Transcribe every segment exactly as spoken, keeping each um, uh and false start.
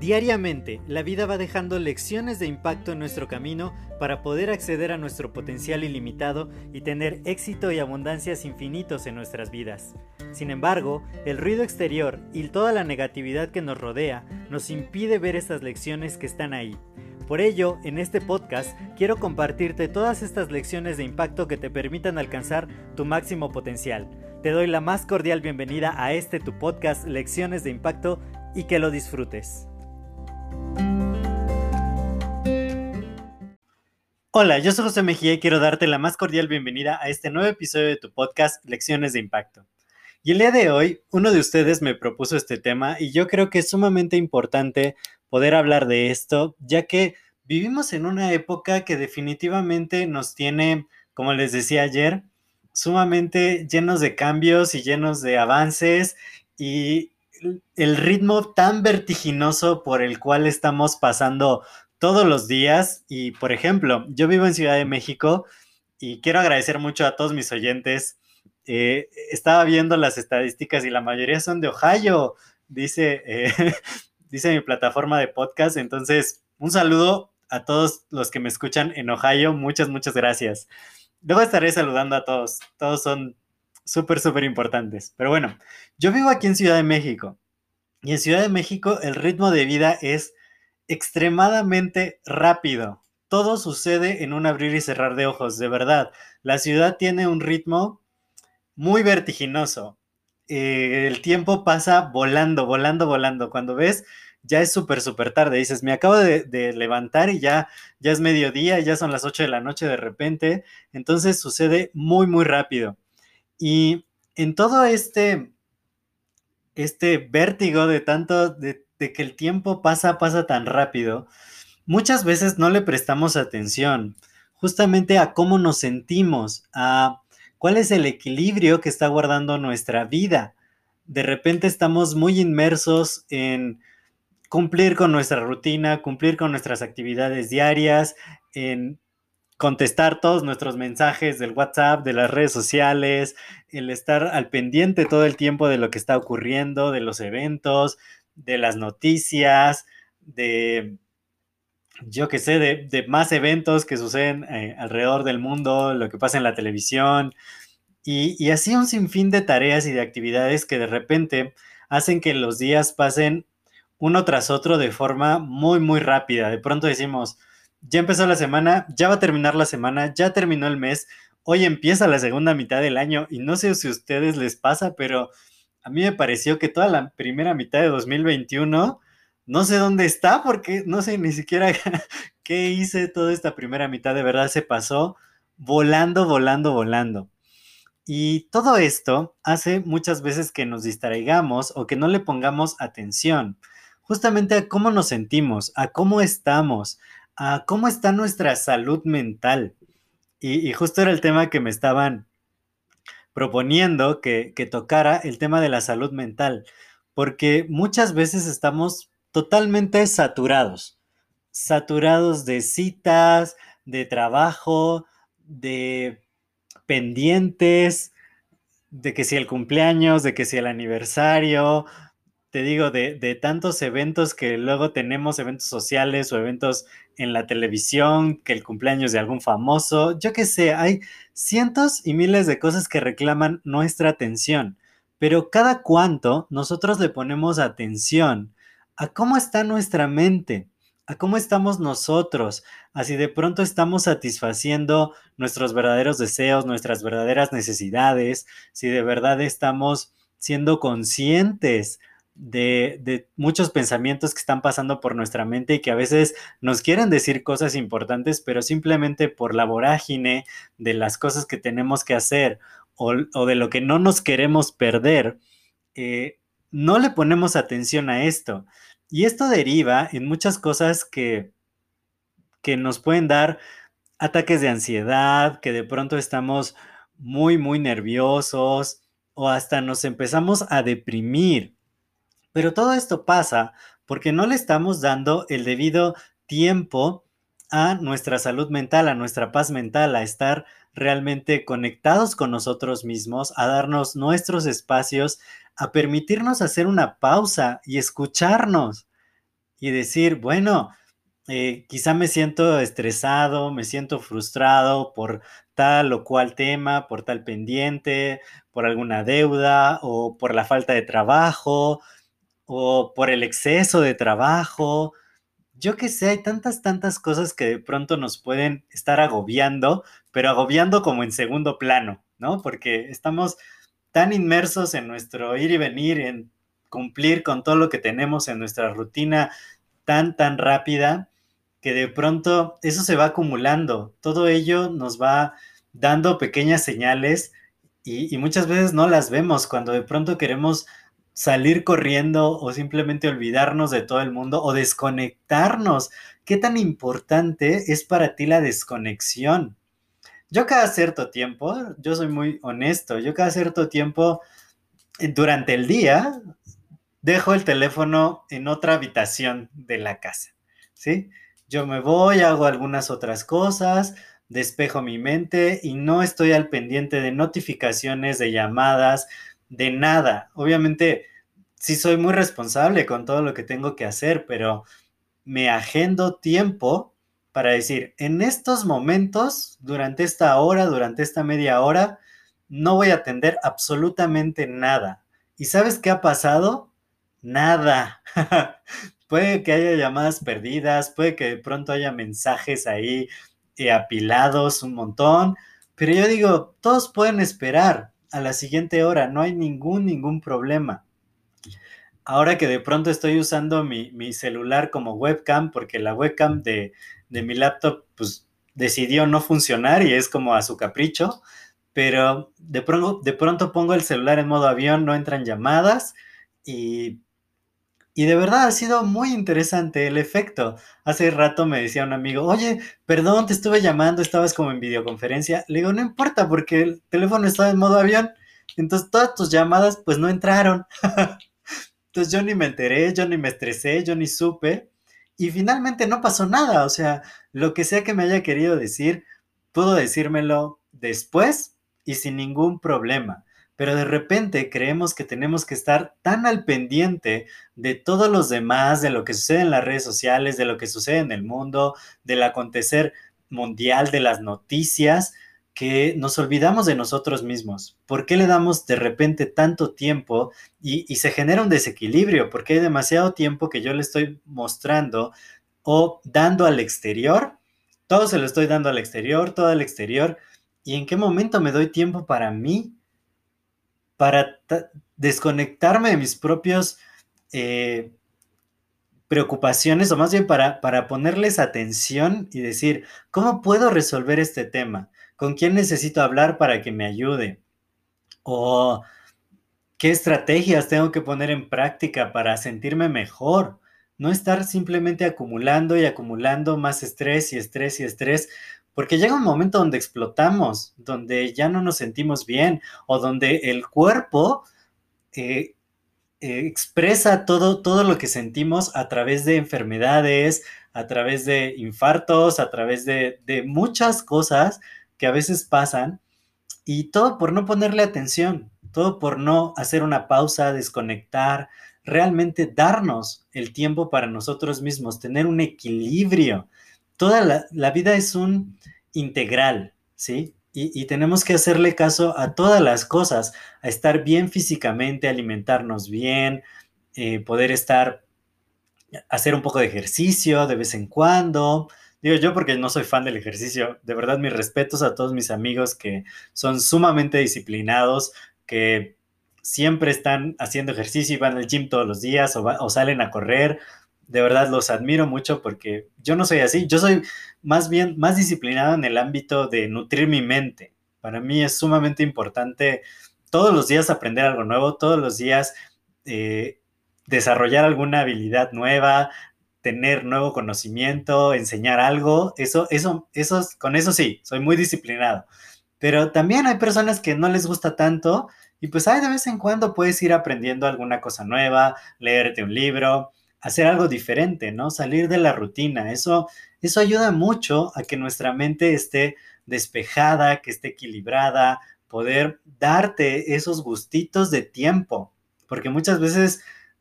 Diariamente, la vida va dejando lecciones de impacto en nuestro camino para poder acceder a nuestro potencial ilimitado y tener éxito y abundancias infinitos en nuestras vidas. Sin embargo, el ruido exterior y toda la negatividad que nos rodea nos impide ver estas lecciones que están ahí. Por ello, en este podcast quiero compartirte todas estas lecciones de impacto que te permitan alcanzar tu máximo potencial. Te doy la más cordial bienvenida a este tu podcast Lecciones de Impacto y que lo disfrutes. Hola, yo soy José Mejía y quiero darte la más cordial bienvenida a este nuevo episodio de tu podcast Lecciones de Impacto. Y el día de hoy, uno de ustedes me propuso este tema y yo creo que es sumamente importante poder hablar de esto, ya que vivimos en una época que definitivamente nos tiene, como les decía ayer, sumamente llenos de cambios y llenos de avances y el ritmo tan vertiginoso por el cual estamos pasando todos los días. Y por ejemplo, yo vivo en Ciudad de México y quiero agradecer mucho a todos mis oyentes. Eh, estaba viendo las estadísticas y la mayoría son de Ohio, dice, eh, dice mi plataforma de podcast. Entonces, un saludo a todos los que me escuchan en Ohio. Muchas, muchas gracias. Luego estaré saludando a todos. Todos son súper, súper importantes. Pero bueno, yo vivo aquí en Ciudad de México. Y en Ciudad de México el ritmo de vida es extremadamente rápido. Todo sucede en un abrir y cerrar de ojos, de verdad. La ciudad tiene un ritmo muy vertiginoso. Eh, el tiempo pasa volando, volando, volando. Cuando ves, ya es súper, súper tarde. Dices, me acabo de, de levantar y ya, ya es mediodía, ya son las ocho de la noche de repente. Entonces sucede muy, muy rápido. Y en todo este, este vértigo de tanto, de, de que el tiempo pasa, pasa tan rápido, muchas veces no le prestamos atención justamente a cómo nos sentimos, a cuál es el equilibrio que está guardando nuestra vida. De repente estamos muy inmersos en cumplir con nuestra rutina, cumplir con nuestras actividades diarias, en contestar todos nuestros mensajes del WhatsApp, de las redes sociales, el estar al pendiente todo el tiempo de lo que está ocurriendo, de los eventos, de las noticias, de, yo qué sé, de, de más eventos que suceden eh, alrededor del mundo, lo que pasa en la televisión, y, y así un sinfín de tareas y de actividades que de repente hacen que los días pasen uno tras otro de forma muy, muy rápida. De pronto decimos, ya empezó la semana, ya va a terminar la semana, ya terminó el mes, hoy empieza la segunda mitad del año y no sé si a ustedes les pasa, pero a mí me pareció que toda la primera mitad de dos mil veintiuno, no sé dónde está porque no sé ni siquiera qué hice toda esta primera mitad, de verdad se pasó volando, volando, volando. Y todo esto hace muchas veces que nos distraigamos o que no le pongamos atención justamente a cómo nos sentimos, a cómo estamos, a cómo está nuestra salud mental. Y, y justo era el tema que me estaban proponiendo que, que tocara, el tema de la salud mental, porque muchas veces estamos totalmente saturados, saturados de citas, de trabajo, de pendientes, de que si el cumpleaños, de que si el aniversario, te digo, de, de tantos eventos que luego tenemos, eventos sociales o eventos en la televisión, que el cumpleaños de algún famoso, yo qué sé, hay cientos y miles de cosas que reclaman nuestra atención, pero cada cuánto nosotros le ponemos atención a cómo está nuestra mente, a cómo estamos nosotros, así de pronto estamos satisfaciendo nuestros verdaderos deseos, nuestras verdaderas necesidades, si de verdad estamos siendo conscientes de, de muchos pensamientos que están pasando por nuestra mente y que a veces nos quieren decir cosas importantes, pero simplemente por la vorágine de las cosas que tenemos que hacer o, o de lo que no nos queremos perder, eh, no le ponemos atención a esto. Y esto deriva en muchas cosas que, que nos pueden dar ataques de ansiedad, que de pronto estamos muy, muy nerviosos o hasta nos empezamos a deprimir. Pero todo esto pasa porque no le estamos dando el debido tiempo a nuestra salud mental, a nuestra paz mental, a estar realmente conectados con nosotros mismos, a darnos nuestros espacios, a permitirnos hacer una pausa y escucharnos. y decir, bueno, eh, quizá me siento estresado, me siento frustrado por tal o cual tema, por tal pendiente, por alguna deuda o por la falta de trabajo o por el exceso de trabajo. Yo qué sé, hay tantas, tantas cosas que de pronto nos pueden estar agobiando, pero agobiando como en segundo plano, ¿no? Porque estamos tan inmersos en nuestro ir y venir, en cumplir con todo lo que tenemos en nuestra rutina tan, tan rápida, que de pronto eso se va acumulando. Todo ello nos va dando pequeñas señales y, y muchas veces no las vemos cuando de pronto queremos salir corriendo o simplemente olvidarnos de todo el mundo o desconectarnos. ¿Qué tan importante es para ti la desconexión? Yo cada cierto tiempo, yo soy muy honesto, yo cada cierto tiempo eh, durante el día dejo el teléfono en otra habitación de la casa, ¿sí? Yo me voy, hago algunas otras cosas, despejo mi mente y no estoy al pendiente de notificaciones, de llamadas, de nada. Obviamente, sí soy muy responsable con todo lo que tengo que hacer, pero me agendo tiempo para decir, en estos momentos, durante esta hora, durante esta media hora, no voy a atender absolutamente nada. ¿Y sabes qué ha pasado? Nada. Puede que haya llamadas perdidas, puede que de pronto haya mensajes ahí eh, apilados un montón, pero yo digo, todos pueden esperar a la siguiente hora, no hay ningún, ningún problema. Ahora que de pronto estoy usando mi, mi celular como webcam, porque la webcam de, de mi laptop pues decidió no funcionar y es como a su capricho, pero de pronto, de pronto pongo el celular en modo avión, no entran llamadas y, y de verdad ha sido muy interesante el efecto. Hace rato me decía un amigo, oye, perdón, te estuve llamando, estabas como en videoconferencia. Le digo, no importa porque el teléfono estaba en modo avión, entonces todas tus llamadas pues no entraron. Entonces yo ni me enteré, yo ni me estresé, yo ni supe. Y finalmente no pasó nada. O sea, lo que sea que me haya querido decir, pudo decírmelo después y sin ningún problema. Pero de repente creemos que tenemos que estar tan al pendiente de todos los demás, de lo que sucede en las redes sociales, de lo que sucede en el mundo, del acontecer mundial, de las noticias, que nos olvidamos de nosotros mismos. ¿Por qué le damos de repente tanto tiempo y, y se genera un desequilibrio? Porque hay demasiado tiempo que yo le estoy mostrando o dando al exterior, todo se lo estoy dando al exterior, todo al exterior, y en qué momento me doy tiempo para mí, para desconectarme de mis propios eh, preocupaciones, o más bien para, para ponerles atención y decir, ¿cómo puedo resolver este tema? ¿Con quién necesito hablar para que me ayude? O ¿qué estrategias tengo que poner en práctica para sentirme mejor? No estar simplemente acumulando y acumulando más estrés y estrés y estrés, porque llega un momento donde explotamos, donde ya no nos sentimos bien o donde el cuerpo eh, eh, expresa todo, todo lo que sentimos a través de enfermedades, a través de infartos, a través de, de muchas cosas que a veces pasan y todo por no ponerle atención, todo por no hacer una pausa, desconectar, realmente darnos el tiempo para nosotros mismos, tener un equilibrio. Toda la, la vida es un integral, ¿sí? Y, y tenemos que hacerle caso a todas las cosas, a estar bien físicamente, alimentarnos bien, eh, poder estar hacer un poco de ejercicio de vez en cuando. Digo yo porque no soy fan del ejercicio. De verdad, mis respetos a todos mis amigos que son sumamente disciplinados, que siempre están haciendo ejercicio y van al gym todos los días o, va, o salen a correr. De verdad, los admiro mucho porque yo no soy así. Yo soy más bien más disciplinado en el ámbito de nutrir mi mente. Para mí es sumamente importante todos los días aprender algo nuevo, todos los días eh, desarrollar alguna habilidad nueva, tener nuevo conocimiento, enseñar algo, eso, eso, eso, con eso sí, soy muy disciplinado. Pero también hay personas que no les gusta tanto y pues hay de vez en cuando puedes ir aprendiendo alguna cosa nueva, leerte un libro, hacer algo diferente, ¿no? Salir de la rutina. Eso, eso ayuda mucho a que nuestra mente esté despejada, que esté equilibrada, poder darte esos gustitos de tiempo, porque muchas veces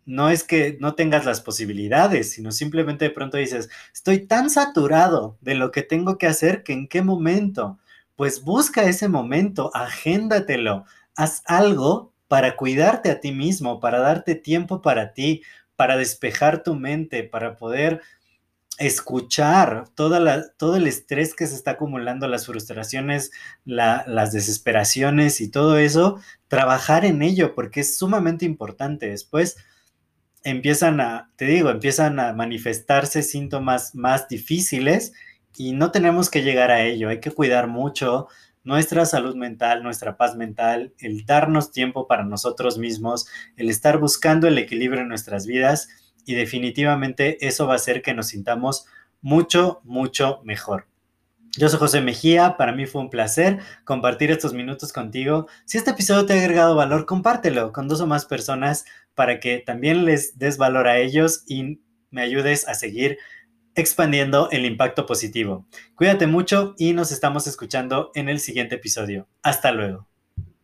no es que no tengas las posibilidades, sino simplemente de pronto dices, estoy tan saturado de lo que tengo que hacer que en qué momento. Pues busca ese momento, agéndatelo, haz algo para cuidarte a ti mismo, para darte tiempo para ti, para despejar tu mente, para poder escuchar toda la, todo el estrés que se está acumulando, las frustraciones, la, las desesperaciones y todo eso, trabajar en ello porque es sumamente importante. Después empiezan a, te digo, empiezan a manifestarse síntomas más difíciles y no tenemos que llegar a ello. Hay que cuidar mucho nuestra salud mental, nuestra paz mental, el darnos tiempo para nosotros mismos, el estar buscando el equilibrio en nuestras vidas y definitivamente eso va a hacer que nos sintamos mucho, mucho mejor. Yo soy José Mejía, para mí fue un placer compartir estos minutos contigo. Si este episodio te ha agregado valor, compártelo con dos o más personas para que también les des valor a ellos y me ayudes a seguir expandiendo el impacto positivo. Cuídate mucho y nos estamos escuchando en el siguiente episodio. Hasta luego.